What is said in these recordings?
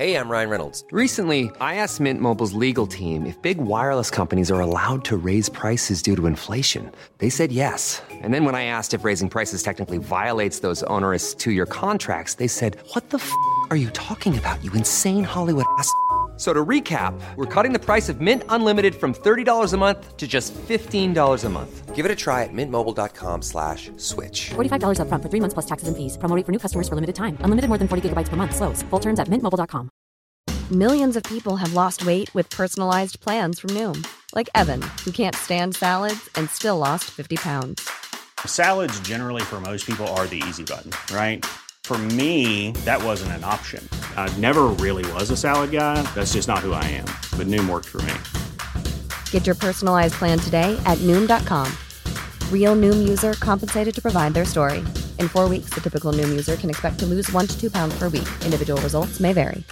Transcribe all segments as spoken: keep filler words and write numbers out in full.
Hey, I'm Ryan Reynolds. Recently, I asked Mint Mobile's legal team if big wireless companies are allowed to raise prices due to inflation. They said yes. And then when I asked if raising prices technically violates those onerous two-year contracts, they said, what the f*** are you talking about, you insane Hollywood ass f- So to recap, we're cutting the price of Mint Unlimited from thirty dollars a month to just fifteen dollars a month. Give it a try at mintmobile.com slash switch. forty-five dollars up front for three months plus taxes and fees. Promo rate for new customers for limited time. Unlimited more than forty gigabytes per month. Slows full terms at mint mobile dot com. Millions of people have lost weight with personalized plans from Noom. Like Evan, who can't stand salads and still lost fifty pounds. Salads generally for most people are the easy button, right? For me, that wasn't an option. I never really was a salad guy. That's just not who I am. But Noom worked for me. Get your personalized plan today at Noom dot com. Real Noom user compensated to provide their story. In four weeks, the typical Noom user can expect to lose one to two pounds per week. Individual results may vary.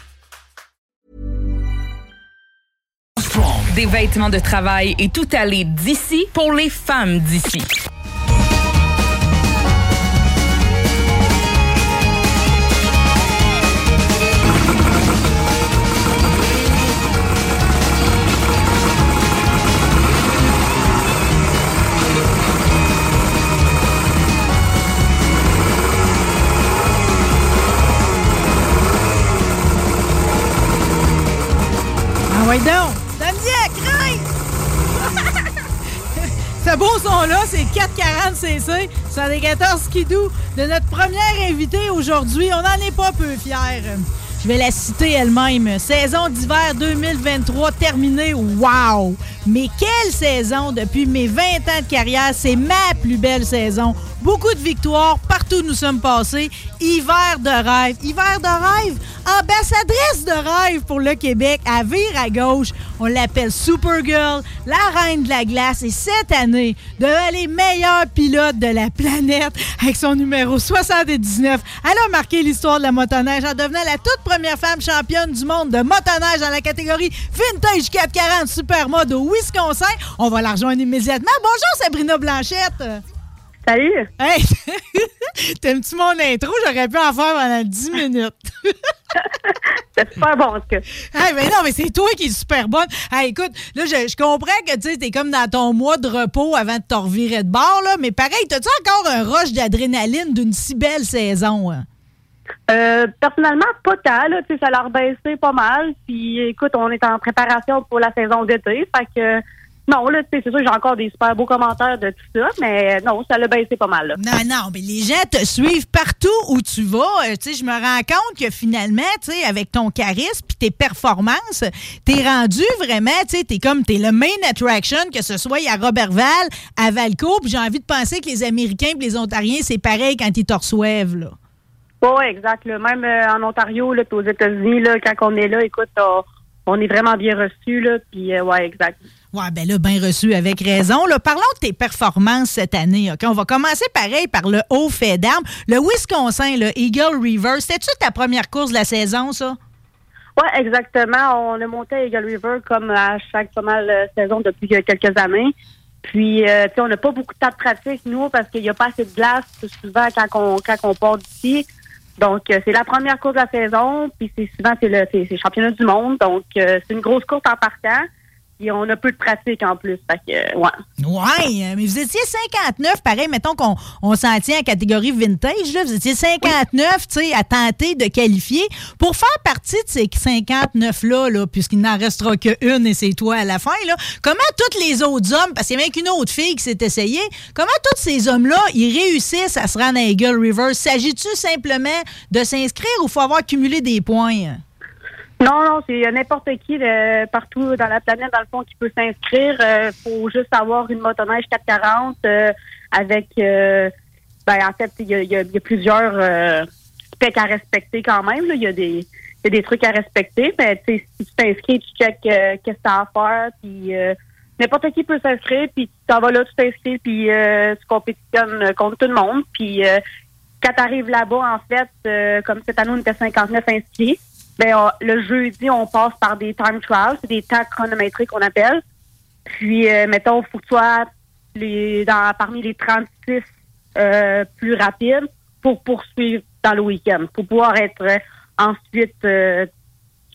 Des vêtements de travail et tout aller d'ici pour les femmes d'ici. Ah ouais donc! Ce beau son-là, c'est quatre cent quarante C C, soixante-quatorze skidoo de notre première invitée aujourd'hui. On n'en est pas peu fiers. Je vais la citer elle-même. Saison d'hiver deux mille vingt-trois terminée. Wow! Mais quelle saison! Depuis mes vingt ans de carrière, c'est ma plus belle saison. Beaucoup de victoires partout où nous sommes passés. Hiver de rêve. Hiver de rêve? Ambassadrice de rêve pour le Québec. À vire à gauche. On l'appelle Supergirl, la reine de la glace. Et cette année, devant les meilleurs pilotes de la planète, avec son numéro soixante-dix-neuf, elle a marqué l'histoire de la motoneige en devenant la toute première femme championne du monde de motoneige dans la catégorie Vintage quatre cent quarante Supermode au Wisconsin. On va la rejoindre immédiatement. Bonjour Sabrina Blanchette. Salut! Hey! T'aimes-tu mon intro? J'aurais pu en faire pendant dix minutes. C'est super bon, en tout cas. Hey, ben non, mais c'est toi qui es super bonne. Hey, écoute, là, je, je comprends que tu sais, t'es comme dans ton mois de repos avant de te revirer de bord, là, mais pareil, t'as-tu encore un rush d'adrénaline d'une si belle saison? Hein? Euh, personnellement, pas tant, là, tu sais, ça l'a rebaissé pas mal. Puis, écoute, on est en préparation pour la saison d'été, fait que... Non, là, c'est sûr que j'ai encore des super beaux commentaires de tout ça, mais non, ça l'a baissé pas mal, là. Non, non, mais les gens te suivent partout où tu vas. Euh, tu sais, je me rends compte que finalement, tu sais, avec ton charisme puis tes performances, t'es rendu vraiment, tu sais, t'es comme, t'es le main attraction, que ce soit à Robertval, à Valco, puis j'ai envie de penser que les Américains et les Ontariens, c'est pareil quand ils te reçoivent, là. Oui, ouais, exact. Là. Même euh, en Ontario, là, aux États-Unis, là, quand on est là, écoute, euh, on est vraiment bien reçus, là, puis euh, ouais, exact. Ouais, ben là, bien reçu, avec raison. Là, parlons de tes performances cette année. OK? On va commencer pareil par le haut fait d'armes. Le Wisconsin, le Eagle River, c'était-tu ta première course de la saison, ça? Oui, exactement. On a monté à Eagle River comme à chaque pas mal euh, saison depuis quelques années. Puis, euh, tu sais, on n'a pas beaucoup de temps de pratique, nous, parce qu'il n'y a pas assez de glace souvent quand on, quand on part d'ici. Donc, euh, c'est la première course de la saison, puis c'est souvent, c'est le, c'est, c'est le championnat du monde. Donc, euh, c'est une grosse course en partant. Puis on a peu de pratique en plus. Fait que, euh, ouais. Ouais, mais vous étiez cinquante-neuf, pareil, mettons qu'on on s'en tient à catégorie vintage, là, vous étiez cinquante-neuf, tu sais, à tenter de qualifier. Pour faire partie de ces cinquante-neuf-là, là, puisqu'il n'en restera qu'une et c'est toi à la fin, là, comment tous les autres hommes, parce qu'il y a même qu'une autre fille qui s'est essayée, comment tous ces hommes-là, ils réussissent à se rendre à Eagle River? S'agit-tu simplement de s'inscrire ou faut avoir cumulé des points? Non, non, c'est n'importe qui de, partout dans la planète, dans le fond, qui peut s'inscrire. Il euh, faut juste avoir une motoneige quatre cent quarante euh, avec... Euh, ben, en fait, il y a, y, a, y a plusieurs euh, specs à respecter quand même. Il y a des y a des trucs à respecter. Mais si tu t'inscris, tu checkes euh, qu'est-ce que tu as à faire. Puis euh, n'importe qui peut s'inscrire. Puis tu t'en vas là, tu t'inscris, puis euh, tu compétitionnes contre tout le monde. Puis euh, quand tu arrives là-bas, en fait, euh, comme cette année, on était cinquante-neuf inscrits. Ben, on, le jeudi, on passe par des time trials, c'est des temps chronométriques qu'on appelle. Puis, euh, mettons, il faut que tu sois les, dans, parmi les trente-six euh, plus rapides pour poursuivre dans le week-end, pour pouvoir être euh, ensuite euh,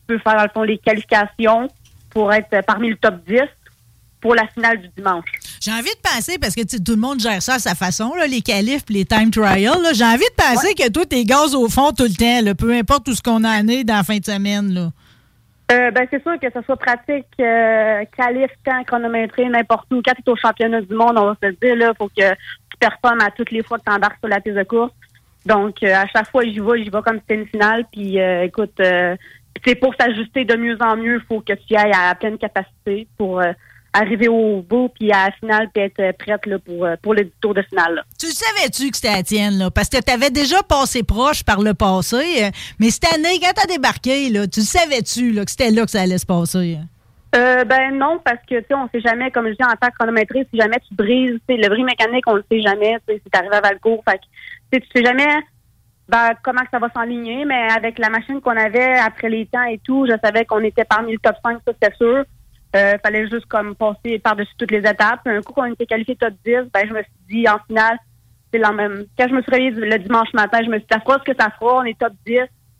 peux faire, dans le fond, les qualifications pour être parmi le top dix pour la finale du dimanche. J'ai envie de penser, parce que tout le monde gère ça à sa façon, là, les qualifs et les time trials, là, j'ai envie de penser ouais. que toi, t'es gaz au fond tout le temps, là, peu importe tout ce qu'on en est dans la fin de semaine. Là. Euh, ben, c'est sûr que ce soit pratique, euh, qualif, temps, chronométré, n'importe où. Quand tu es au championnat du monde, on va se le dire, il faut que tu performes à toutes les fois que tu embarques sur la piste de course. Donc, euh, à chaque fois, j'y vais, j'y vais comme si c'était une finale. Puis, euh, écoute, euh, pour s'ajuster de mieux en mieux, il faut que tu ailles à pleine capacité pour... Euh, arriver au bout, puis à la finale, puis être prête là, pour, pour le tour de finale. Là. Tu le savais-tu que c'était la tienne, là? Parce que tu avais déjà passé proche par le passé, euh, mais cette année, quand tu as débarqué, là, tu le savais-tu là, que c'était là que ça allait se passer? Euh, ben non, parce que, tu sais, on sait jamais, comme je dis, en tant que chronométriste, si jamais tu brises, tu sais, le bris mécanique, on le sait jamais, tu sais, si t'arrives à Valcourt, fait que, tu sais jamais ben, comment que ça va s'enligner, mais avec la machine qu'on avait, après les temps et tout, je savais qu'on était parmi le top cinq, ça, c'était sûr. Euh, fallait juste comme passer par-dessus toutes les étapes. Puis un coup qu'on était qualifié top dix, ben je me suis dit en finale, c'est la même. Quand je me suis réveillée le dimanche matin, je me suis dit, ça fera ce que ça fera, on est top dix.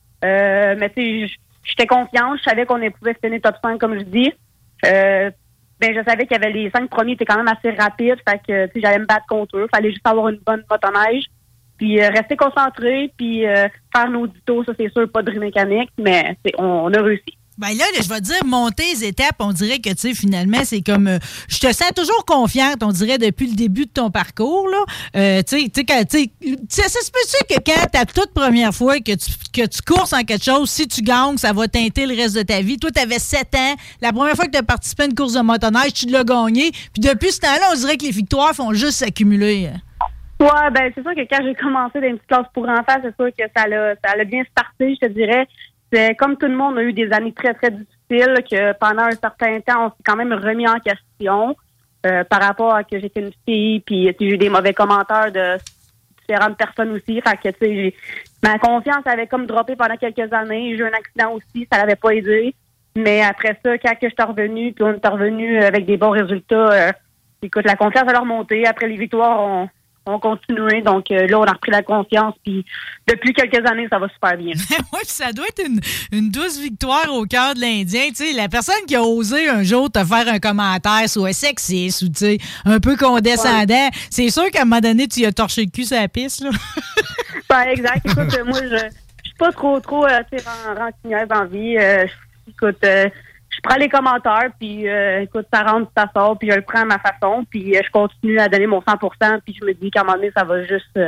Euh, mais tu sais, j'étais confiante, je savais qu'on pouvait finir top cinq, comme je dis. Euh, ben je savais qu'il y avait les cinq premiers étaient quand même assez rapides, fait que tu sais, j'allais me battre contre eux. Fallait juste avoir une bonne motoneige. Puis euh, rester concentré, puis euh, faire nos dix tours, ça c'est sûr, pas de bris mécanique, mais on, on a réussi. Ben là, là je vais te dire, monter les étapes, on dirait que, tu sais, finalement, c'est comme... Euh, je te sens toujours confiante, on dirait, depuis le début de ton parcours, là. Euh, tu sais, tu sais, ça se peut-tu que quand ta toute première fois que tu, que tu courses en quelque chose, si tu gagnes, ça va teinter le reste de ta vie. Toi, tu avais sept ans. La première fois que tu as participé à une course de motoneige, tu l'as gagné. Puis depuis ce temps-là, on dirait que les victoires font juste s'accumuler. Ouais, ben c'est sûr que quand j'ai commencé dans une petite classe pour enfants, c'est sûr que ça l'a, ça l'a bien starté, je te dirais. C'est comme tout le monde a eu des années très, très difficiles, que pendant un certain temps, on s'est quand même remis en question euh, par rapport à que j'étais une fille, puis j'ai eu des mauvais commentaires de différentes personnes aussi. Fait que, tu sais, ma confiance avait comme droppé pendant quelques années. J'ai eu un accident aussi, ça l'avait pas aidé. Mais après ça, quand je suis revenue, puis on est revenu avec des bons résultats, euh, écoute, la confiance a remonté. Après les victoires, on... on continuait, donc euh, là, on a repris la confiance, puis depuis quelques années, ça va super bien. Oui, puis ça doit être une, une douce victoire au cœur de l'Indien. Tu sais, la personne qui a osé un jour te faire un commentaire soit sexiste ou, tu sais, un peu condescendant, ouais. C'est sûr qu'à un moment donné, tu y as torché le cul sur la piste, là. Ben, exact. Écoute, moi, je je suis pas trop, trop, euh, tu sais, rancunière dans la vie. Euh, écoute, euh, je prends les commentaires, puis euh, écoute, ça rentre, ça sort, puis je le prends à ma façon, puis euh, je continue à donner mon cent pour cent, puis je me dis qu'à un moment donné, ça va juste... Euh,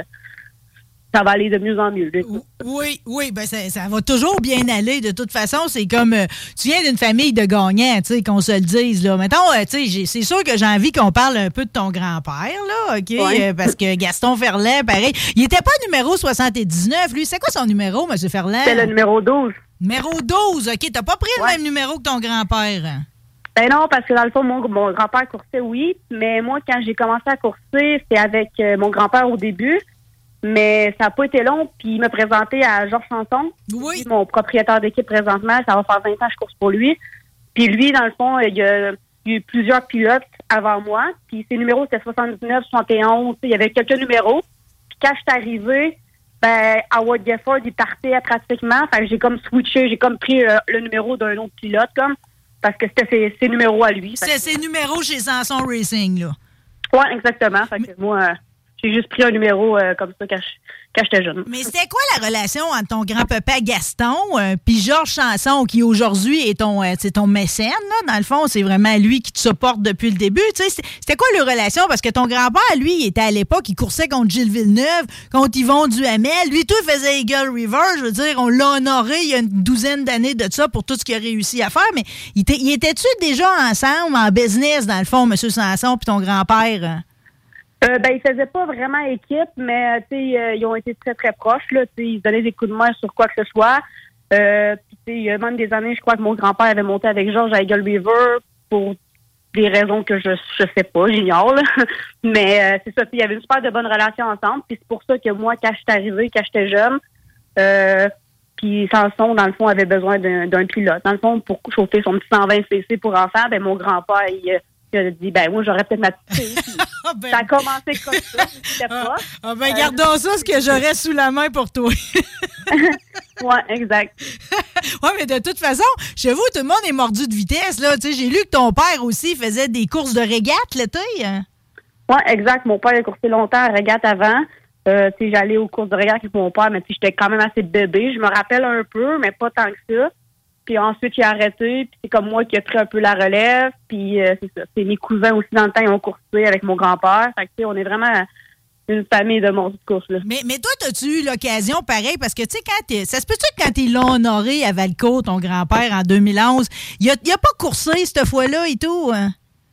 ça va aller de mieux en mieux. Oui, oui, ben ça, ça va toujours bien aller. De toute façon, c'est comme... Euh, tu viens d'une famille de gagnants, tu sais, qu'on se le dise, là. Mettons, euh, tu sais, c'est sûr que j'ai envie qu'on parle un peu de ton grand-père, là, OK? Ouais. Euh, parce que Gaston Ferland, pareil, il était pas numéro soixante-dix-neuf, lui. C'est quoi son numéro, M. Ferland? C'est le numéro douze. Numéro douze, OK. T'as pas pris ouais. le même numéro que ton grand-père? Ben non, parce que dans le fond, mon, mon grand-père coursait, oui. Mais moi, quand j'ai commencé à courser, c'était avec euh, mon grand-père au début. Mais ça n'a pas été long, puis il m'a présenté à Georges Sanson, oui. mon propriétaire d'équipe présentement. Ça va faire vingt ans que je course pour lui. Puis lui, dans le fond, il y a, il y a eu plusieurs pilotes avant moi. Puis ses numéros, c'était soixante-dix-neuf, soixante et onze. Il y avait quelques numéros. Puis quand je suis arrivée, ben, Howard Gifford, il partait pratiquement. Fait que j'ai comme switché, j'ai comme pris euh, le numéro d'un autre pilote, comme, parce que c'était ses, ses numéros à lui. C'est ses numéros chez Sanson Racing, là. Oui, exactement. Fait que moi... Euh, j'ai juste pris un numéro euh, comme ça quand, quand j'étais jeune. Mais c'était quoi la relation entre ton grand-papa Gaston euh, puis Georges Sanson, qui aujourd'hui est ton, euh, c'est ton mécène, là, dans le fond, c'est vraiment lui qui te supporte depuis le début. Tu sais, c'était quoi leur relation? Parce que ton grand-père, lui, il était à l'époque, il coursait contre Gilles Villeneuve, contre Yvon Duhamel. Lui, tout faisait Eagle River. Je veux dire, on l'a honoré il y a une douzaine d'années de ça pour tout ce qu'il a réussi à faire. Mais il, il était-tu déjà ensemble en business, dans le fond, M. Sanson puis ton grand-père? Euh, ben, ils faisaient pas vraiment équipe, mais tu sais, euh, ils ont été très, très proches, là. Tu sais, ils se donnaient des coups de main sur quoi que ce soit. Euh, puis, tu sais, il y a même des années, je crois que mon grand-père avait monté avec Georges à Eagle River pour des raisons que je je sais pas, j'ignore, là. Mais euh, c'est ça, il y avait une super de bonne relation ensemble. Puis c'est pour ça que moi, quand je suis arrivée, quand j'étais jeune, euh, puis Sanson, dans le fond, avait besoin d'un, d'un pilote. Dans le fond, pour chauffer son petit cent vingt cc pour enfants, ben mon grand-père, il... Il a dit, ben moi, j'aurais peut-être ma petite fille. ben, ça a commencé comme ça. Je sais pas. Ah, ah ben, gardons euh, ça, ce que j'aurais sous la main pour toi. Oui, exact. Oui, mais de toute façon, chez vous, tout le monde est mordu de vitesse. Là. Tu sais, j'ai lu que ton père aussi faisait des courses de régate l'été. Oui, exact. Mon père a coursé longtemps à régate avant. Euh, tu sais, j'allais aux courses de régate avec mon père, mais tu sais, j'étais quand même assez bébé. Je me rappelle un peu, mais pas tant que ça. Puis ensuite, il a arrêté. Puis c'est comme moi qui a pris un peu la relève. Puis euh, c'est ça. C'est mes cousins aussi, dans le temps, ils ont coursé avec mon grand-père. Fait que, tu sais, on est vraiment une famille de monstres de course, là. Mais, mais toi, as-tu eu l'occasion, pareil, parce que, tu sais, quand t'es, ça se peut-tu que quand ils l'ont honoré à Valcourt, ton grand-père, en deux mille onze, il a, il a pas coursé cette fois-là et tout? Hein?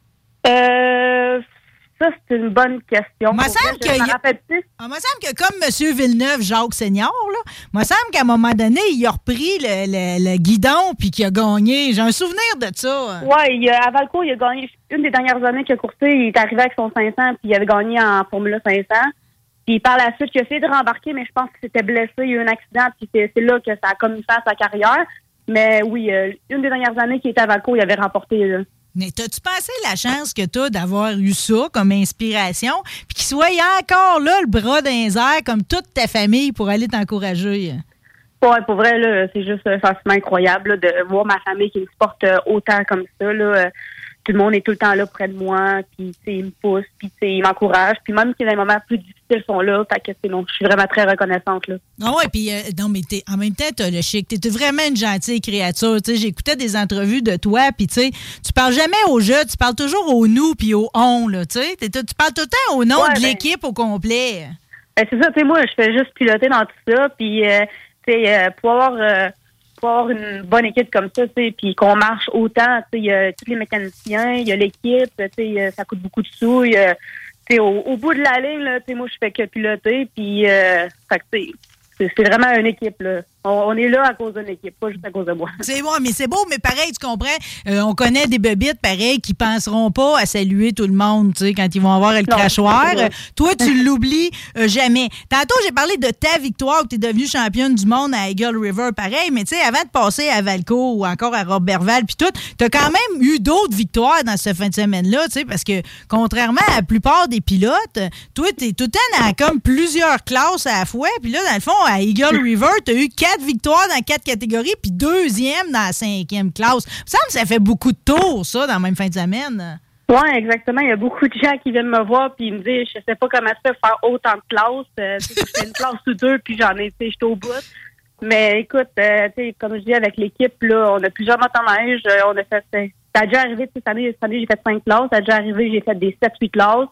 Euh... Ça, c'est une bonne question. Moi, semble que, je il... rappelle plus. Ah, moi, semble que comme M. Villeneuve, Jacques Senior, là, moi, semble qu'à un moment donné, il a repris le, le, le guidon puis qu'il a gagné. J'ai un souvenir de ça. Oui, à Valcourt, il a gagné. Une des dernières années qu'il a coursé, il est arrivé avec son cinq cents puis il avait gagné en Formule cinq cents. Puis par la suite, il a essayé de rembarquer, mais je pense qu'il s'était blessé. Il y a eu un accident, puis c'est, c'est là que ça a comme mis fin à sa carrière. Mais oui, euh, une des dernières années qu'il était à Valcourt, il avait remporté. Là. Mais t'as-tu pensé la chance que t'as d'avoir eu ça comme inspiration, puis qu'il soit encore là, le bras dans les airs, comme toute ta famille, pour aller t'encourager? Oui, pour vrai, là, c'est juste euh, facilement incroyable là, de voir ma famille qui me supporte euh, autant comme ça. Là, euh, tout le monde est tout le temps là près de moi, puis ils me poussent, puis ils m'encouragent. Puis même si les moments plus difficiles sont là, fait que, non, je suis vraiment très reconnaissante. Là. Ah ouais, puis euh, non, mais t'es, en même temps, t'as le chic. T'es vraiment une gentille créature. T'sais, j'écoutais des entrevues de toi, puis tu sais, tu parles jamais au jeu, tu parles toujours au nous puis au on. Là, t'sais. T'es, tu parles tout le temps au nom ouais, de ben, l'équipe au complet. Ben, c'est ça, tu sais, moi, je fais juste piloter dans tout ça, puis euh, tu sais, euh, pour avoir... Euh, avoir une bonne équipe comme ça, tu sais, puis qu'on marche autant, tu sais, il y a tous les mécaniciens, il y a l'équipe, tu sais, ça coûte beaucoup de sous, tu sais, au, au bout de la ligne, là, tu sais, moi, je fais que piloter, puis, euh, fait que, tu sais, c'est, c'est vraiment une équipe, là. On, on est là à cause d'une équipe, pas juste à cause de moi. C'est bon, mais c'est beau, mais pareil, tu comprends, euh, on connaît des bébites, pareil, qui penseront pas à saluer tout le monde, tu sais, quand ils vont avoir le non, crachoir. Euh, toi, tu l'oublies euh, jamais. Tantôt, j'ai parlé de ta victoire où tu es devenue championne du monde à Eagle River, pareil, mais tu sais, avant de passer à Valcourt ou encore à Robertval, puis tout, tu as quand même eu d'autres victoires dans cette fin de semaine-là, tu sais, parce que contrairement à la plupart des pilotes, toi, tu es tout le temps dans comme plusieurs classes à la fois, puis là, dans le fond, à Eagle River, tu as eu quatre victoires dans quatre catégories, puis deuxième dans la cinquième classe. Il me semble que ça fait beaucoup de tours, ça, dans la même fin de semaine. Oui, exactement. Il y a beaucoup de gens qui viennent me voir puis ils me disent, je sais pas comment ça fait faire autant de classes. Euh, je fais une classe ou deux, puis j'en ai, tu sais, j'étais au bout. Mais écoute, euh, tu sais, comme je dis, avec l'équipe, là, on a plusieurs motoneiges. Euh, on a fait, ça a déjà arrivé, cette année, cette année, j'ai fait cinq classes. Ça a déjà arrivé, j'ai fait des sept huit classes.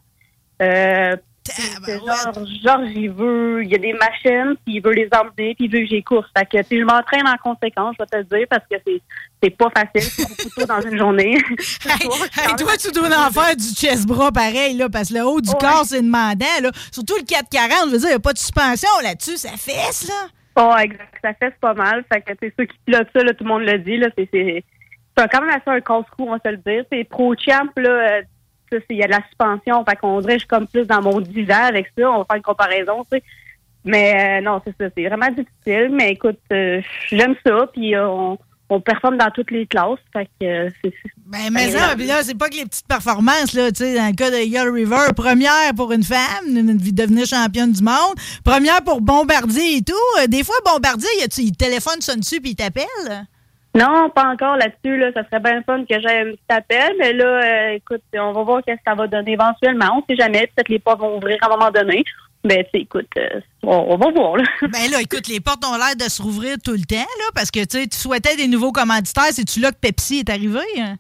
Euh, C'est genre, genre, j'y veux, il y a des machines, puis il veut les emmener, puis il veut que j'y course. Fait que, tu sais, je m'entraîne en conséquence, je vais te le dire, parce que c'est, c'est pas facile, c'est beaucoup tôt dans une journée. hey, hey, toi, tu dois en faire du chest-bras pareil, là, parce que le haut du ouais. corps, c'est demandant, là. Surtout le quatre quarante, je veux dire, il n'y a pas de suspension là-dessus, ça fesse, là. Oh, exact, ça fesse pas mal. Fait que, tu sais, ceux qui pilotent ça, là, tout le monde le dit, là, c'est, c'est, c'est quand même assez un casse-cou, on va se le dire. C'est pro-champ, là, il y a de la suspension, fait qu'on dirait que je suis comme plus dans mon divan avec ça, on va faire une comparaison, tu sais. Mais euh, non, c'est ça, c'est vraiment difficile, mais écoute, euh, j'aime ça, puis euh, on, on performe dans toutes les classes, fait que euh, c'est... Ben, mais ça, puis là, c'est pas que les petites performances, là, tu sais, dans le cas de Eagle River, première pour une femme, de devenir championne du monde, première pour Bombardier et tout, des fois, Bombardier, il, il téléphone, sonne dessus, puis il t'appelle. Non, pas encore là-dessus. Là, ça serait bien fun que j'aie un petit appel, mais là, euh, écoute, on va voir qu'est-ce que ça va donner éventuellement. On sait jamais. Peut-être les portes vont ouvrir à un moment donné. Ben, tu sais, écoute, euh, on, on va voir, là. Ben là, écoute, les portes ont l'air de se rouvrir tout le temps, là, parce que, tu sais, tu souhaitais des nouveaux commanditaires. C'est-tu là que Pepsi est arrivé? Hein?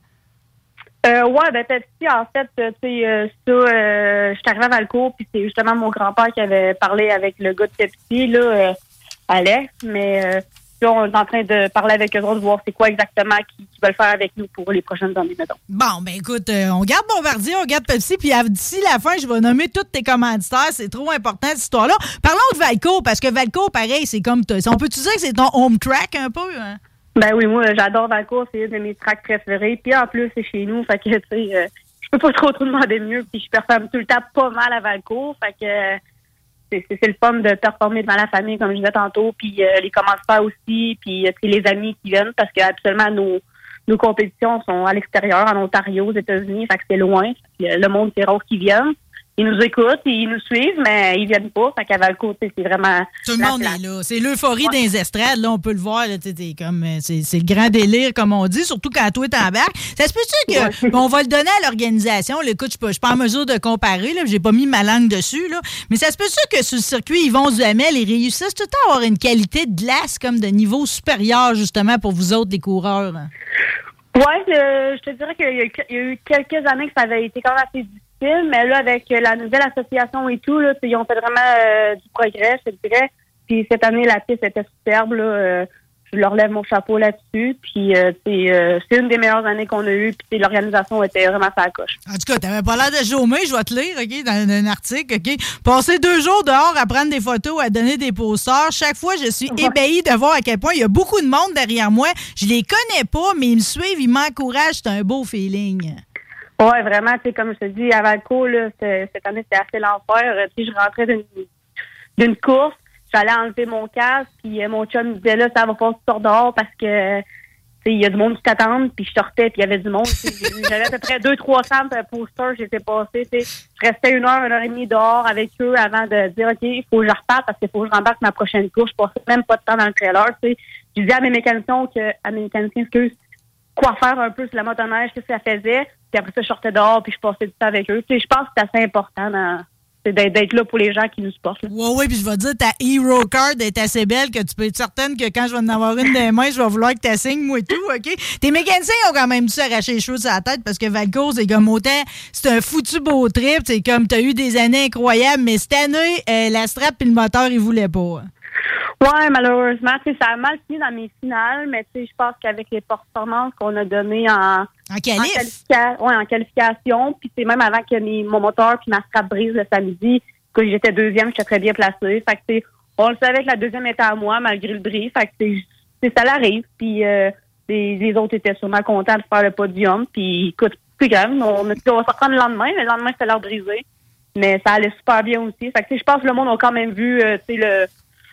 Euh, ouais, ben Pepsi, en fait, tu sais, euh, ça, euh, je suis arrivée à Valcourt, puis c'est justement mon grand-père qui avait parlé avec le gars de Pepsi, là, euh, Alex, mais... Euh, on est en train de parler avec eux autres, de voir c'est quoi exactement qu'ils, qu'ils veulent faire avec nous pour les prochaines années, mettons. Bon, ben écoute, euh, on garde Bombardier, on garde Pepsi, puis d'ici la fin, je vais nommer tous tes commanditaires. C'est trop important, cette histoire-là. Parlons de Valcourt, parce que Valcourt, pareil, c'est comme... On peut-tu dire que c'est ton home track un peu? Hein? Ben oui, moi, j'adore Valcourt. C'est une de mes tracks préférés. Puis en plus, c'est chez nous. Fait que, tu sais, euh, je peux pas trop trop demander mieux. Puis je performe tout le temps pas mal à Valcourt. Fait que... Euh, C'est, c'est, c'est le fun de performer devant la famille, comme je disais tantôt, puis euh, les commanditaires aussi, puis euh, les amis qui viennent, parce que habituellement nos, nos compétitions sont à l'extérieur, en Ontario, aux États-Unis, fait que c'est loin. Fait que le monde, c'est rare qu'ils viennent. ils nous écoutent, ils nous suivent, mais ils viennent pas. Fait qu'à Valco, c'est vraiment... Tout le monde est là. C'est l'euphorie ouais. des estrades. Là, on peut le voir. Là, t'es, t'es comme, c'est, c'est le grand délire, comme on dit, surtout quand toi t'embarques. Ça se peut-tu que... Ouais. Bon, on va le donner à l'organisation. Là, écoute, je ne suis pas en mesure de comparer. Là, j'ai pas mis ma langue dessus. Là, mais ça se peut-tu que sur le circuit Yvon Duhamel, ils réussissent tout le temps à avoir une qualité de glace comme de niveau supérieur, justement, pour vous autres, les coureurs? Oui, euh, je te dirais qu'il y a, il y a eu quelques années que ça avait été quand même assez difficile. Mais là, avec la nouvelle association et tout, là, ils ont fait vraiment euh, du progrès, je te dirais. Puis cette année, la piste était superbe. Là, euh, je leur lève mon chapeau là-dessus. Puis euh, euh, c'est une des meilleures années qu'on a eues. Puis l'organisation était vraiment à la coche. En tout cas, t'avais pas l'air de chômer, je vais te lire, OK, dans un article, OK? Passer deux jours dehors à prendre des photos, à donner des posters. Chaque fois, je suis ouais. ébahie de voir à quel point il y a beaucoup de monde derrière moi. Je les connais pas, mais ils me suivent, ils m'encouragent. C'est un beau feeling. Oui, vraiment, tu sais, comme je te dis, à Valco, là, cette année, c'était assez l'enfer. Tu sais, je rentrais d'une, d'une course, j'allais enlever mon casque, puis euh, mon chum me disait, là, ça va pas sortir dehors parce que, tu sais, il y a du monde qui t'attend, puis je sortais, puis il y avait du monde. J'avais à peu près deux trois cents posters, j'étais passé, tu sais. Je restais une heure, une heure et demie dehors avec eux avant de dire, OK, il faut que je reparte parce qu'il faut que je rembarque ma prochaine course. Je passais même pas de temps dans le trailer, tu sais. Je disais à mes mécaniciens que, à mes mécaniciens, excuse, quoi faire un peu sur la motoneige, qu'est-ce que ça faisait. Puis après ça, je sortais dehors, puis je passais du temps avec eux. Tu sais, je pense que c'est assez important dans, c'est d'être, d'être là pour les gens qui nous supportent. Oui, oui, puis je vais te dire, ta Hero Card est assez belle que tu peux être certaine que quand je vais en avoir une des mains, je vais vouloir que tu signes, moi et tout, OK? Tes mécaniciens ont quand même dû s'arracher les cheveux sur la tête parce que Valco, c'est comme autant, c'est un foutu beau trip. C'est comme, tu as eu des années incroyables, mais cette année, euh, la strap et le moteur, ils voulaient pas. Oui, malheureusement, tu sais, ça a mal fini dans mes finales, mais tu sais, je pense qu'avec les performances qu'on a données en, en, qualif. en, qualifica- ouais, en qualification, puis c'est même avant que mes, mon moteur puis ma strap brise le samedi, que j'étais deuxième, j'étais très bien placée. Fait que tu sais, on le savait que la deuxième était à moi, malgré le bris. Fait que c'est, c'est ça l'arrive. Puis euh, les, les autres étaient sûrement contents de faire le podium. Puis écoute, plus grave, on a dit on va s'en prendre le lendemain, mais le lendemain, c'était l'heure brisée. Mais ça allait super bien aussi. Fait que tu sais, je pense que le monde a quand même vu, euh, tu sais, le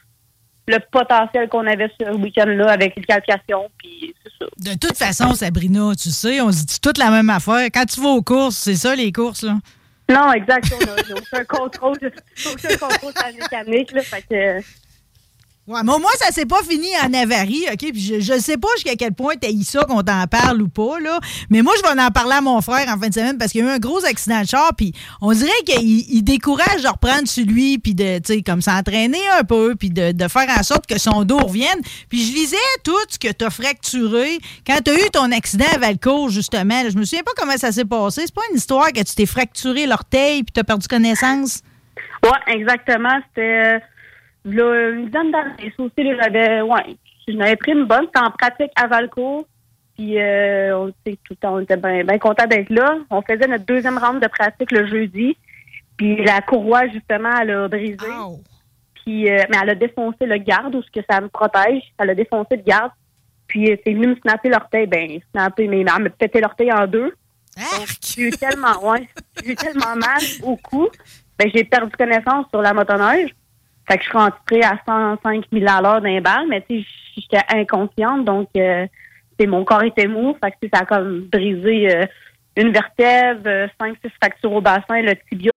le potentiel qu'on avait ce week-end-là avec les qualifications, puis c'est ça. De toute façon, Sabrina, tu sais, on se dit toute la même affaire. Quand tu vas aux courses, c'est ça, les courses, là? Non, exact. On a, on a aucun contrôle, aucun contrôle sur la mécanique, là, fait que... Ouais, mais au moins, ça s'est pas fini en avarie, OK? Puis je, je sais pas jusqu'à quel point t'as eu ça, qu'on t'en parle ou pas, là. Mais moi, je vais en parler à mon frère en fin de semaine parce qu'il y a eu un gros accident de char, puis on dirait qu'il il décourage de reprendre sur lui, puis de, tu sais, comme s'entraîner un peu, puis de, de faire en sorte que son dos revienne. Puis je lisais tout ce que t'as fracturé quand t'as eu ton accident à Valcourt, justement. Là, je me souviens pas comment ça s'est passé. C'est pas une histoire que tu t'es fracturé l'orteil puis t'as perdu connaissance? Ouais, exactement. C'était... Euh... Là, une dizaine d'années, ça aussi, là, j'avais, ouais, j'en avais pris une bonne. C'était en pratique à Valco. Puis, euh, on, tout le temps, on était bien ben contents d'être là. On faisait notre deuxième round de pratique le jeudi. Puis, la courroie, justement, elle a brisé. Oh. Puis, euh, mais elle a défoncé le garde, ou ce que ça me protège. Elle a défoncé le garde. Puis, c'est venu me snapper l'orteil. Ben, snapper, mais elle m'a pété l'orteil en deux. Donc, j'ai eu tellement, ouais, j'ai eu tellement mal au cou. Ben, j'ai perdu connaissance sur la motoneige. Fait que je suis rentrée à cent cinq mille à l'heure d'un bal, mais tu sais, j'étais inconsciente, donc euh, mon corps était mou. Fait que ça a comme brisé euh, une vertèbre, cinq six fractures au bassin, le tibia.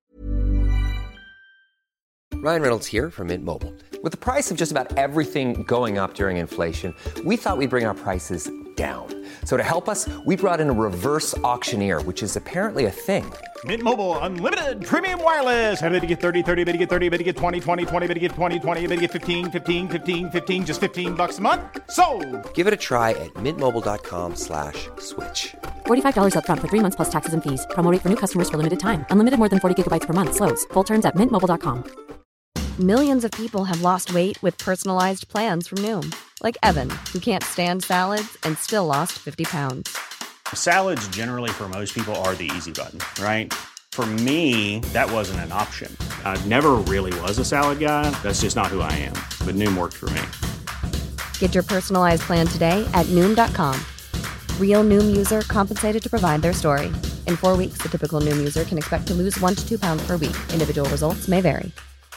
Ryan Reynolds here from Mint Mobile. With the price of just about everything going up during inflation, we thought we'd bring our prices down. So to help us, we brought in a reverse auctioneer, which is apparently a thing. Mint Mobile Unlimited Premium Wireless. How to get thirty, thirty, how to get thirty, how to get twenty, twenty, twenty, how to get twenty, twenty, how to get fifteen, fifteen, fifteen, fifteen, just fifteen bucks a month? Sold! Give it a try at mintmobile.com slash switch. forty-five dollars up front for three months plus taxes and fees. Promo rate for new customers for limited time. Unlimited more than forty gigabytes per month. Slows full terms at mint mobile dot com. Millions of people have lost weight with personalized plans from Noom. Like Evan, who can't stand salads and still lost fifty pounds. Salads generally for most people are the easy button, right? For me, that wasn't an option. I never really was a salad guy. That's just not who I am. But Noom worked for me. Get your personalized plan today at Noom dot com. Real Noom user compensated to provide their story. In four weeks, the typical Noom user can expect to lose one to two pounds per week. Individual results may vary.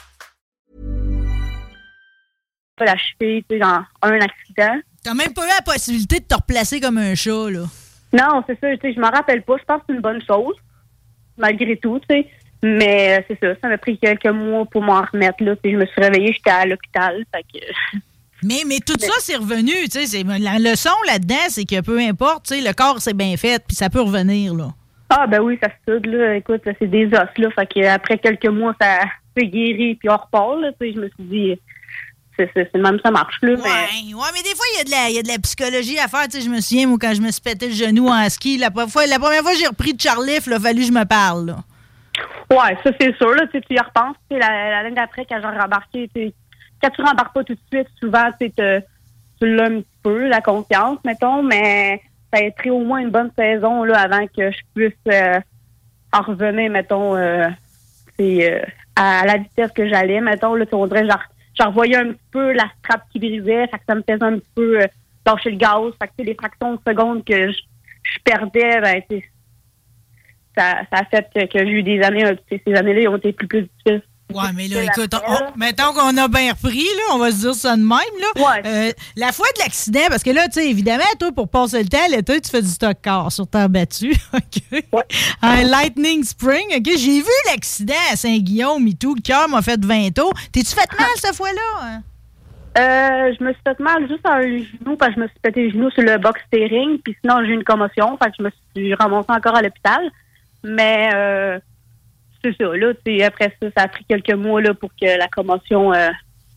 La cheville, tu sais, dans un accident. T'as même pas eu la possibilité de te replacer comme un chat, là. Non, c'est ça, tu sais, je m'en rappelle pas. Je pense que c'est une bonne chose, malgré tout, tu sais. Mais euh, c'est ça, ça m'a pris quelques mois pour m'en remettre, là. Puis je me suis réveillée, j'étais à l'hôpital. Fait que... Mais, mais tout ça, c'est revenu. Tu sais, la leçon là-dedans, c'est que peu importe, tu sais, le corps, c'est bien fait, puis ça peut revenir, là. Ah, ben oui, ça se soude, là. Écoute, c'est des os, là. Fait qu'après quelques mois, ça s'est guéri, puis on repart, là. Tu sais, je me suis dit, c'est, c'est, c'est même ça marche, là. Ouais, mais... ouais, mais des fois, il y a de la, il y a de la psychologie à faire. Tu sais, je me souviens, moi, quand je me suis pété le genou en ski, la première fois, la première fois que j'ai repris de Charliff, il a fallu que je me parle, là. Ouais, ça, c'est sûr, là. Tu y repenses. Tu sais, la, l'année d'après, quand j'ai rembarqué, tu sais, quand tu rembarques pas tout de suite, souvent, tu sais, tu l'as un petit peu, la confiance, mettons, mais ça a pris au moins une bonne saison là avant que je puisse euh, en revenir, mettons, euh, euh, à la vitesse que j'allais, mettons, là, on dirait, genre, je revoyais un petit peu la strap qui brisait, fait que ça me faisait un petit peu euh, lâcher le gaz, fait que les fractions de secondes que je, je perdais, ben, ça, ça a fait que, que j'ai eu des années, euh, ces années-là, ont été plus, plus difficiles. Ouais, mais là, écoute, on, on, mettons qu'on a bien repris, là, on va se dire ça de même, là. Ouais. Euh, la fois de l'accident, parce que là, tu sais, évidemment, toi, pour passer le temps, l'été, tu fais du stock car sur terre battue, OK? Ouais. Un Lightning Spring, OK? J'ai vu l'accident à Saint-Guillaume et tout, le cœur m'a fait vingt tours. T'es-tu fait mal cette fois-là? Euh, je me suis fait mal juste à un genou, parce que je me suis pété le genou sur le box steering, puis sinon, j'ai eu une commotion, fait que je me suis remontée encore à l'hôpital. Mais... Euh, c'est ça, là, tu sais, après ça, ça a pris quelques mois, là, pour que la commotion, euh,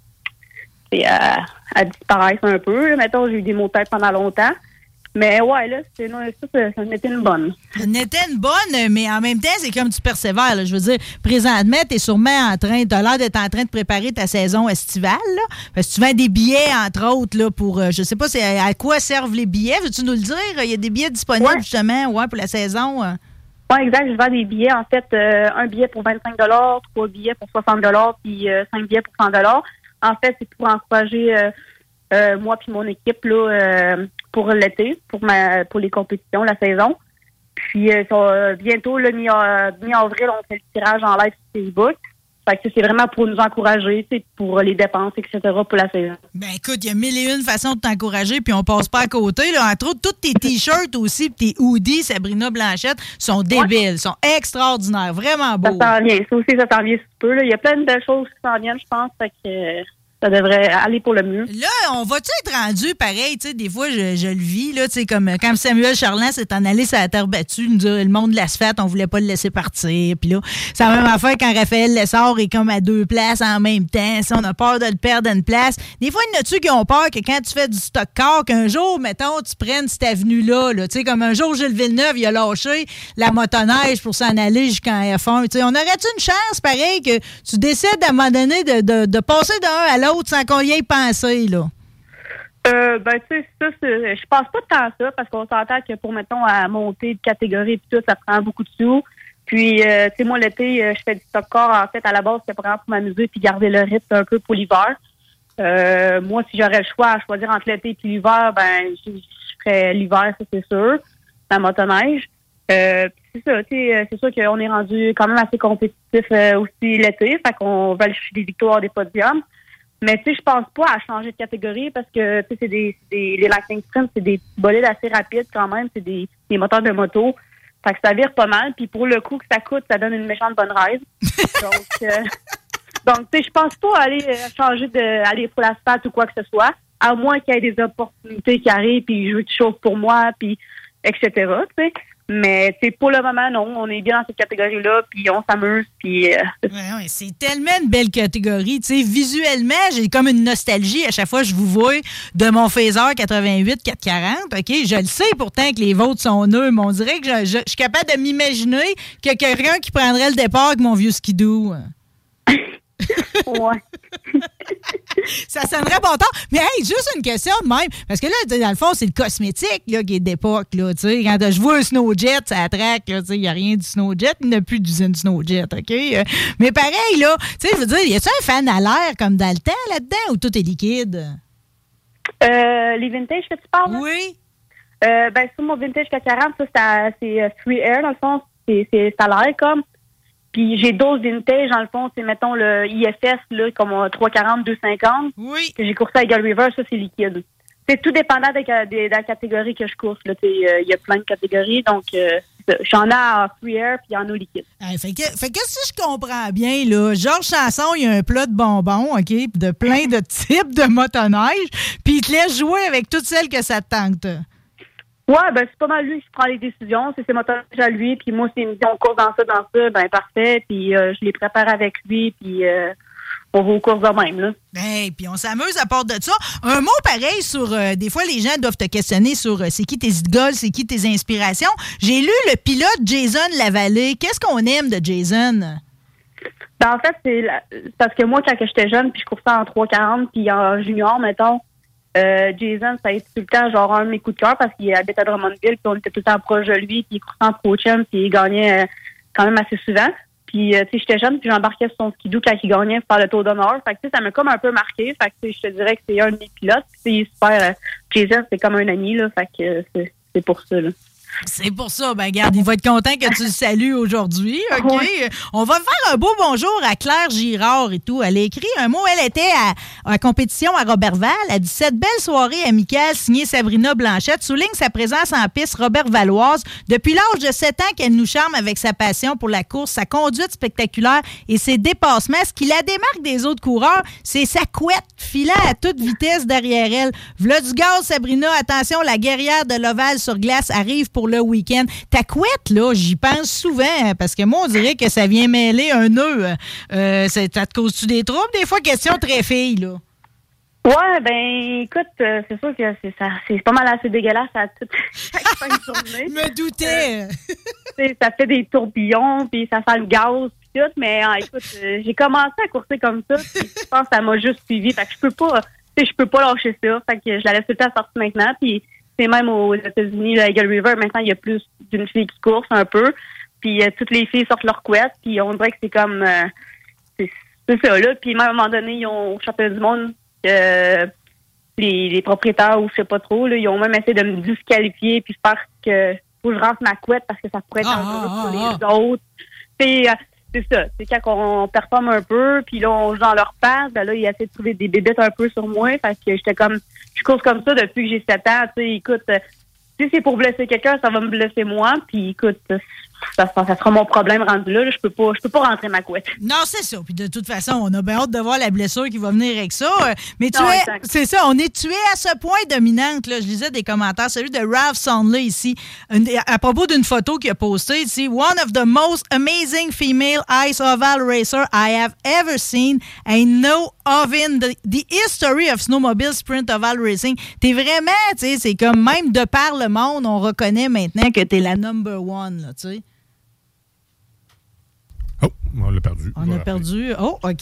euh, elle disparaisse un peu, là. Mettons, j'ai eu des maux de tête pendant longtemps. Mais ouais, là, c'est, non, ça, ça, ça en était une bonne. Ça en était une bonne, mais en même temps, c'est comme tu persévères, là. Je veux dire, présentement, t'es sûrement en train, t'as l'air d'être en train de préparer ta saison estivale, là. Parce que tu vends des billets, entre autres, là, pour, euh, je sais pas, c'est à quoi servent les billets, veux-tu nous le dire? Il y a des billets disponibles, ouais. justement, ouais, pour la saison, euh. Oui, exact. Je vends des billets. En fait, euh, un billet pour vingt-cinq dollars, trois billets pour soixante dollars, puis euh, cinq billets pour cent dollars. En fait, c'est pour encourager euh, euh, moi puis mon équipe là euh, pour l'été, pour ma pour les compétitions, la saison. Puis euh, ça, bientôt, le mi- euh, mi-avril, on fait le tirage en live sur Facebook. Fait que c'est vraiment pour nous encourager, c'est pour les dépenses, et cetera pour la saison. Ben écoute, il y a mille et une façons de t'encourager, puis on passe pas à côté. Là. Entre autres, tous tes t-shirts aussi, puis tes hoodies, Sabrina Blanchette, sont débiles, ouais. sont extraordinaires, vraiment beaux. Ça s'en vient, ça aussi, ça s'en vient sous peu. Là. Il y a plein de belles choses qui s'en viennent, je pense, fait que... ça devrait aller pour le mieux. Là, on va-tu être rendu pareil? Tu sais, des fois, je, je le vis, là, tu sais, comme quand Samuel Charland s'est en allé sur la terre battue, nous dire, le monde de l'asphalte, on voulait pas le laisser partir. Puis là, c'est la même affaire quand Raphaël Lessard est comme à deux places en même temps. Si on a peur de le perdre à une place. Des fois, il y en a-tu qui ont peur que quand tu fais du stock car, qu'un jour, mettons, tu prennes cette avenue-là, là, tu sais, comme un jour, Gilles Villeneuve, il a lâché la motoneige pour s'en aller jusqu'en F un. Tu sais, on aurait-tu une chance, pareil, que tu décides à un moment donné de, de, de passer d'un à l'autre sans qu'on y ait pensé, là? Euh, ben, tu sais, ça, c'est, je pense pas tant ça, parce qu'on s'entend que pour, mettons, à monter de catégorie et tout, ça prend beaucoup de sous. Puis, euh, tu sais, moi, l'été, je fais du stock car, en fait, à la base, c'était vraiment pour m'amuser puis garder le rythme un peu pour l'hiver. Euh, moi, si j'aurais le choix à choisir entre l'été et l'hiver, ben, je, je ferais l'hiver, ça, c'est sûr, la motoneige. Euh, c'est ça, tu sais, c'est sûr qu'on est rendu quand même assez compétitif euh, aussi l'été, fait qu'on va aller chercher des victoires, des podiums. Mais tu sais, je pense pas à changer de catégorie parce que tu sais, c'est des, des les Lightning Sprint, c'est des bolides assez rapides quand même, c'est des, des moteurs de moto. Fait que ça vire pas mal. Puis pour le coût que ça coûte, ça donne une méchante bonne ride. donc, euh, donc tu sais, je pense pas aller changer de aller pour l'asphalte ou quoi que ce soit, à moins qu'il y ait des opportunités qui arrivent, puis je veux que tu chauffes pour moi, puis et cetera. Tu sais. Mais c'est pour le moment, non. On est bien dans cette catégorie-là, puis on s'amuse, puis... Euh... Ouais, ouais, c'est tellement une belle catégorie. Tu sais, visuellement, j'ai comme une nostalgie à chaque fois que je vous vois de mon Phaser quatre-vingt-huit quatre quarante. OK? Je le sais pourtant que les vôtres sont neufs, mais on dirait que je, je, je suis capable de m'imaginer qu'il y a quelqu'un qui prendrait le départ avec mon vieux skidoo. Ouais. Ça sonnerait bon temps. Mais hey, juste une question de même. Parce que là, dans le fond, c'est le cosmétique là, qui est d'époque. Là, quand je vois un Snowjet, ça traque. Il n'y a rien du Snowjet. Il n'y a plus d'usine Snowjet. OK? Mais pareil, là, tu sais, je veux dire, y a-tu un fan à l'air comme dans le temps là-dedans ou tout est liquide? Euh, les vintage que tu parles? Oui. Euh, ben, sur mon vintage quatre quarante, ça, c'est, c'est uh, Free Air, dans le fond. C'est, c'est, ça a l'air comme. Puis j'ai d'autres vintage, dans le fond, c'est, mettons, le I F S, là, comme trois quarante, deux cinquante. Oui. Que j'ai coursé à Eagle River, ça, c'est c'est tout dépendant de, de, de la catégorie que je course. Il euh, y a plein de catégories, donc euh, ça. J'en ai en free air puis en eau liquide. Hey, fait, que, fait que si je comprends bien, là, Georges Sanson, il y a un plat de bonbons, OK, de plein de types de motoneige, puis il te laisse jouer avec toutes celles que ça te tente. Ouais, ben c'est pas mal lui qui prend les décisions. C'est ses motoneiges à lui, puis moi, s'il me dit on court dans ça, dans ça, ben parfait, puis euh, je les prépare avec lui, puis... Euh, on va aux courses de même, là. Hey, puis on s'amuse à part de ça. Un mot pareil sur... Euh, des fois, les gens doivent te questionner sur euh, c'est qui tes idoles, c'est qui tes inspirations. J'ai lu le pilote Jason Lavallée. Qu'est-ce qu'on aime de Jason? Ben, en fait, c'est la... parce que moi, quand j'étais jeune, puis je coursais en trois quarante, puis en junior, mettons, euh, Jason, ça a été tout le temps genre un de mes coups de cœur parce qu'il habite à Drummondville, puis on était tout le temps proche de lui, puis il coursait en pro-chum, puis il gagnait euh, quand même assez souvent. Puis, euh, tu sais, j'étais jeune, puis j'embarquais sur son skidoo quand il gagnait pour faire le tour d'honneur. Fait que, tu sais, ça m'a comme un peu marqué. Fait que, tu sais, je te dirais que c'est un de mes pilotes. Puis, c'est super. Euh, Jason, c'est comme un ami, là. Fait que, euh, c'est, c'est pour ça, là. C'est pour ça. Ben, regarde, il va être content que tu le salues aujourd'hui. OK? Ouais. On va faire un beau bonjour à Claire Girard et tout. Elle a écrit un mot. Elle était à, à compétition à Robertval. Elle dit cette belle soirée amicale signée Sabrina Blanchette souligne sa présence en piste Robert-Valoise. Depuis l'âge de sept ans qu'elle nous charme avec sa passion pour la course, sa conduite spectaculaire et ses dépassements. Ce qui la démarque des autres coureurs, c'est sa couette filant à toute vitesse derrière elle. V'là du gaz, Sabrina. Attention, la guerrière de l'Oval sur glace arrive pour le week-end. Ta couette, là, j'y pense souvent, hein, parce que moi, on dirait que ça vient mêler un nœud. Euh, ça te cause-tu des troubles? Des fois, question très fille, là. Ouais, ben, écoute, euh, c'est sûr que c'est, ça, c'est pas mal assez dégueulasse à toute fin de journée. Me doutais! Euh, ça fait des tourbillons, puis ça sent le gaz, puis tout, mais euh, écoute, euh, j'ai commencé à courser comme ça, puis je pense que ça m'a juste suivi, fait que je peux pas, tu sais, je peux pas lâcher ça, fait que je la laisse tout le temps sortir maintenant, puis c'est même aux États-Unis, le Eagle River, maintenant, il y a plus d'une fille qui course un peu. Puis euh, toutes les filles sortent leur couette. Puis on dirait que c'est comme... Euh, c'est, c'est ça, là. Puis même à un moment donné, ils ont, au championnat du monde, euh, les, les propriétaires, ou je sais pas trop, là, ils ont même essayé de me disqualifier puis faire que faut que je rentre ma couette parce que ça pourrait être ah, dangereux ah, pour ah, les autres. Puis... Euh, c'est ça. C'est quand on performe un peu, puis là, on joue dans leur passe. Ben là, ils essaient de trouver des bébites un peu sur moi. Parce que j'étais comme... Je course comme ça depuis que j'ai sept ans. Tu sais, écoute, si c'est pour blesser quelqu'un, ça va me blesser moi. Puis écoute, ça, ça, ça sera mon problème rendu là. là. Je peux pas je peux pas rentrer ma couette. Non, c'est ça. Puis de toute façon, on a bien hâte de voir la blessure qui va venir avec ça. Mais tu non, es... exact. C'est ça, on est tué à ce point dominante. Là. Je lisais des commentaires. Celui de Ralph Sondley ici, à propos d'une photo qu'il a postée ici. One of the most amazing female ice oval racer I have ever seen. I know of in the, the history of snowmobile sprint oval racing. T'es vraiment, tu sais, c'est comme même de par le monde, on reconnaît maintenant que t'es la number one, là, tu sais. Oh, on l'a perdu. On a perdu. Oh, OK.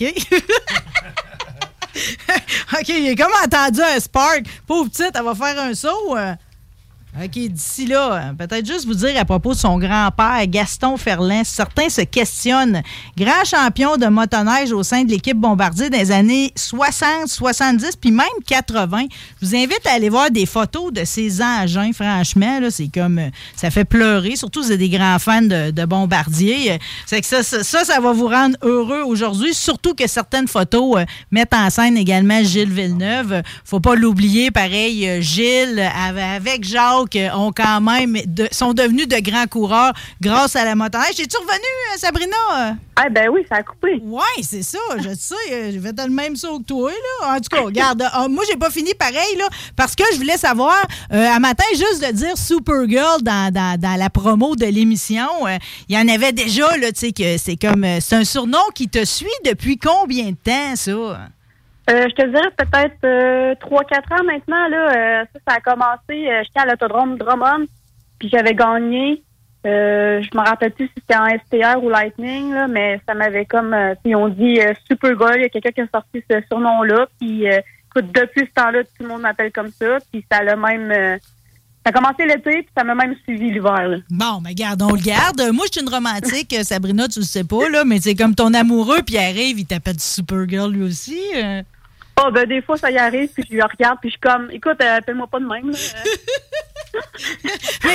OK, il est comme entendu un spark. Pauvre petite, elle va faire un saut. OK, d'ici là, peut-être juste vous dire à propos de son grand-père, Gaston Ferland, certains se questionnent. Grand champion de motoneige au sein de l'équipe Bombardier des années soixante, soixante-dix, puis même quatre-vingts. Je vous invite à aller voir des photos de ces engins, franchement. Là, c'est comme, ça fait pleurer, surtout si vous êtes des grands fans de, de Bombardier. C'est que ça, ça, ça va vous rendre heureux aujourd'hui, surtout que certaines photos euh, mettent en scène également Gilles Villeneuve. Faut pas l'oublier, pareil, Gilles, avec Jacques, ont quand même de, sont devenus de grands coureurs grâce à la motoneige. Es-tu revenue, Sabrina? Ah ben oui, ça a coupé. Oui, c'est ça, je sais. J'ai fait le même saut que toi, là. En tout cas, regarde, euh, moi, j'ai pas fini pareil, là, parce que je voulais savoir, euh, à matin, juste de dire Supergirl dans, dans, dans la promo de l'émission, euh, il y en avait déjà, là, tu sais, que c'est comme, euh, c'est un surnom qui te suit depuis combien de temps, ça? Euh, je te dirais peut-être euh, trois quatre ans maintenant. Là, euh, ça, ça a commencé, euh, j'étais à l'autodrome Drummond, puis j'avais gagné. Euh, je me rappelle plus si c'était en S T R ou Lightning, là, mais ça m'avait comme... Euh, ils ont dit euh, Supergirl, il y a quelqu'un qui a sorti ce surnom-là. Puis, euh, écoute, depuis ce temps-là, tout le monde m'appelle comme ça. Puis ça l'a même... Euh, ça a commencé l'été, puis ça m'a même suivi l'hiver. Là. Bon, mais garde, on le garde. Moi, je suis une romantique, Sabrina, tu le sais pas, là, mais c'est comme ton amoureux, puis il arrive, il t'appelle Supergirl lui aussi. Euh... Oh, ben, des fois, ça y arrive, puis je lui regarde, puis je suis comme, écoute, euh, appelle-moi pas de même, là. Mais tu sais,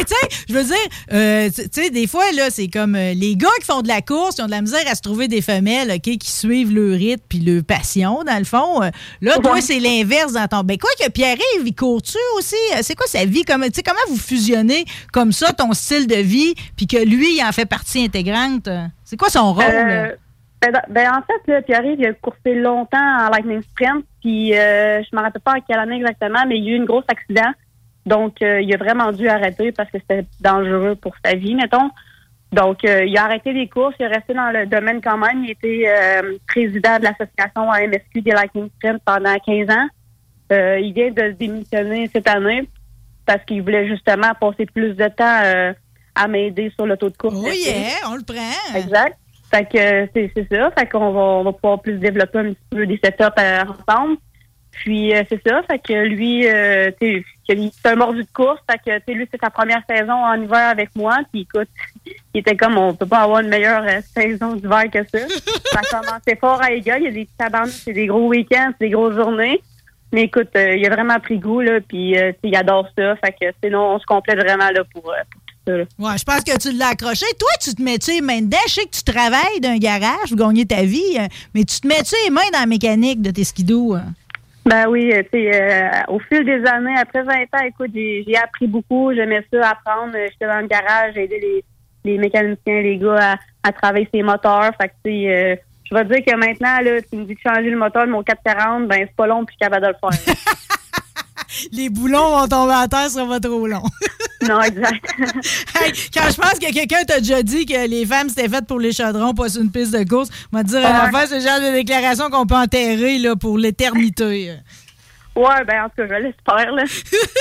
Je veux dire, euh, tu sais, des fois, là, c'est comme euh, les gars qui font de la course, ils ont de la misère à se trouver des femelles, OK, qui suivent leur rythme puis leur passion, dans le fond. Euh, là, toi, c'est l'inverse dans ton... Ben quoi que Pierre-Yves, il court-tu aussi? C'est quoi sa vie? Comme, tu sais, comment vous fusionnez comme ça ton style de vie puis que lui, il en fait partie intégrante? C'est quoi son rôle? Euh, ben, ben, en fait, là, Pierre-Yves, il a coursé longtemps en Lightning Sprint, puis euh, je me rappelle pas en quelle année exactement, mais il y a eu un gros accident. Donc, euh, il a vraiment dû arrêter parce que c'était dangereux pour sa vie, mettons. Donc, euh, il a arrêté les courses, il est resté dans le domaine quand même. Il était euh, président de l'association A M S Q des Lightning Sprint pendant quinze ans. Euh, il vient de se démissionner cette année parce qu'il voulait justement passer plus de temps euh, à m'aider sur l'auto de course. Oh yeah, on le prend. Exact. Fait que c'est, c'est ça. Fait qu'on va, on va pouvoir plus développer un petit peu des setups euh, ensemble. Puis euh, c'est ça. Fait que lui, euh, tu sais, c'est un mordu de course. Fait que tu sais, lui, c'est sa première saison en hiver avec moi. Puis écoute, il était comme, on peut pas avoir une meilleure euh, saison d'hiver que ça. Ça a commencé fort à égal. Il y a des tabarnes, c'est des gros week-ends, c'est des grosses journées. Mais écoute, euh, il a vraiment pris goût, là. Puis euh, il adore ça. Fait que sinon, on se complète vraiment là pour... Euh, Ouais, je pense que tu l'as accroché. Toi, tu te mets-tu les mains dedans? Je sais que tu travailles d'un garage pour gagner ta vie, mais tu te mets-tu les mains dans la mécanique de tes skidoo? Ben oui, tu sais, euh, au fil des années, après vingt ans, écoute, j'ai, j'ai appris beaucoup. J'aimais ça, apprendre. J'étais dans le garage, j'ai aidé les, les mécaniciens, les gars à, à travailler ses moteurs. Fait que, tu sais, euh, je vais te dire que maintenant, là, tu me dis de changer le moteur de mon quatre cent quarante, ben c'est pas long, puis je suis capable de le faire. Les boulons vont tomber à terre, ça sera pas trop long. Non, exact. Hey, quand je pense que quelqu'un t'a déjà dit que les femmes, c'était fait pour les chaudrons, pas sur une piste de course, on va te dire, Ah. en fait, c'est le genre de déclaration qu'on peut enterrer là, pour l'éternité. Ouais, ben en tout cas, je l'espère, là.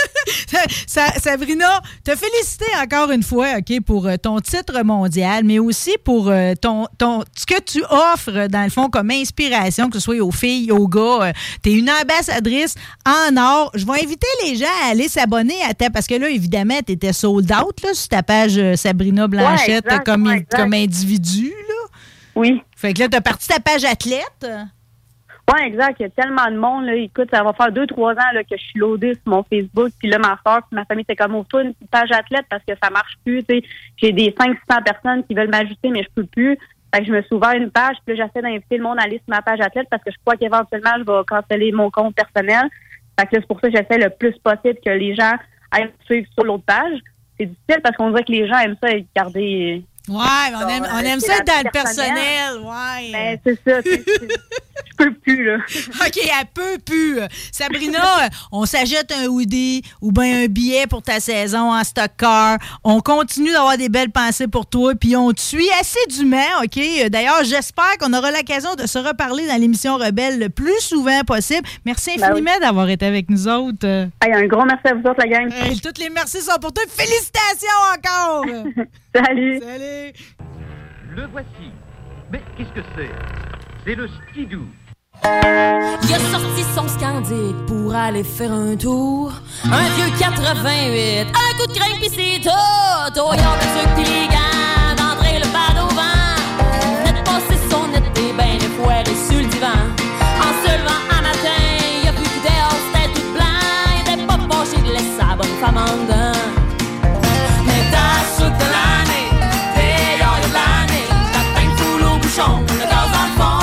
Sa- Sabrina, te féliciter encore une fois, OK, pour euh, ton titre mondial, mais aussi pour euh, ton, ton ce que tu offres, dans le fond, comme inspiration, que ce soit aux filles, aux gars. Tu es une ambassadrice en or. Je vais inviter les gens à aller s'abonner à ta... Parce que là, évidemment, tu étais sold out là, sur ta page euh, Sabrina Blanchette Ouais, exact, comme, ouais, exact. comme individu. Là. Oui. Fait que là, tu as parti ta page athlète. Oui, exact. Il y a tellement de monde. Là. Écoute, ça va faire deux, trois ans là, que je suis loadée sur mon Facebook. Puis là, ma soeur puis ma famille, c'est comme, ouvre-toi une petite page athlète parce que ça marche plus. T'sais. J'ai des cinq cents personnes qui veulent m'ajouter, mais je peux plus. Fait que je me suis ouvert une page. Puis là, j'essaie d'inviter le monde à aller sur ma page athlète parce que je crois qu'éventuellement, je vais canceller mon compte personnel. Fait que là, c'est pour ça que j'essaie le plus possible que les gens aillent me suivre sur l'autre page. C'est difficile parce qu'on dirait que les gens aiment ça garder... Ouais, on aime, on aime ça être dans le personnel. Ouais. Ben, c'est ça. C'est, c'est, je peux plus, là. OK, elle peut plus. Sabrina, on s'achète un hoodie ou bien un billet pour ta saison en stock car. On continue d'avoir des belles pensées pour toi, puis on te suit assidûment, OK? D'ailleurs, j'espère qu'on aura l'occasion de se reparler dans l'émission Rebelle le plus souvent possible. Merci infiniment ben oui. d'avoir été avec nous autres. Hey, un gros merci à vous autres, la gang. Hey, toutes les merci sont pour toi. Félicitations encore! Salut! Salut! Le voici. Mais qu'est-ce que c'est? C'est le skidoo. Il a sorti son Scandic pour aller faire un tour. Un vieux quatre-vingt-huit, un coup de crainte pis c'est tout. Oh, y'a le truc pis les gants, d'entrer le pad au vent. Venait de passer son été, ben le foiré sur le divan. En se levant un matin, il a vu que dehors c'était tout blanc. Il était pas fâché de laisser sa bonne femme en dedans. Mais dans le souk de l'année, t'es y'a de l'année, la peine foule au bouchon, le gaz dans le fond.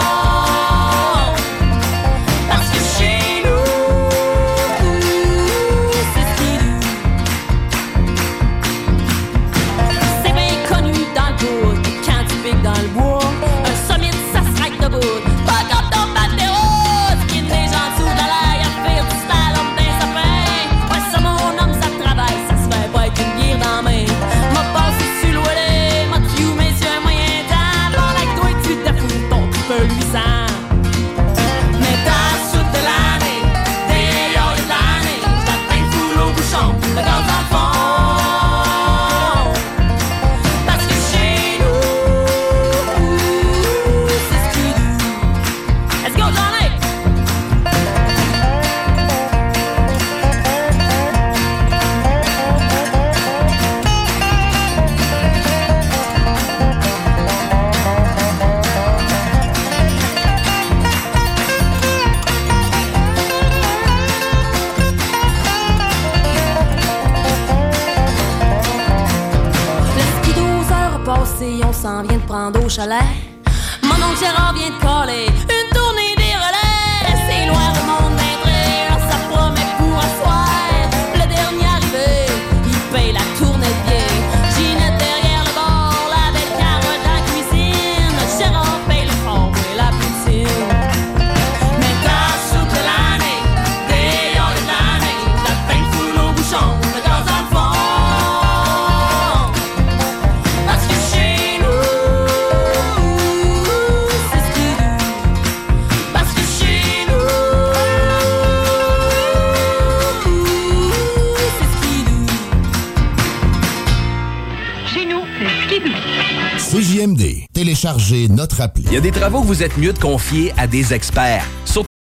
Parce que chez nous, c'est skidoo. si on s'en vient de prendre au chalet. Mon oncle Gérard vient de coller une tournée des relais. C'est loin le monde d'intérêt, ça promet pour un soir. Le dernier arrivé, il paye la tournée de pied. Ginette derrière le bord, la belle carotte dans la cuisine. Gérard paye le fond et la poutine. Mais dans toute l'année, des heures de l'année, la peine foule au bouchon, le gaz dans le fond. Parce que chez nous, c'est ce qui nous. Parce que chez nous, c'est ce qui nous. Chez nous, c'est Skidoo. C J M D. Téléchargez notre appli. Il y a des travaux que vous êtes mieux de confier à des experts. Surtout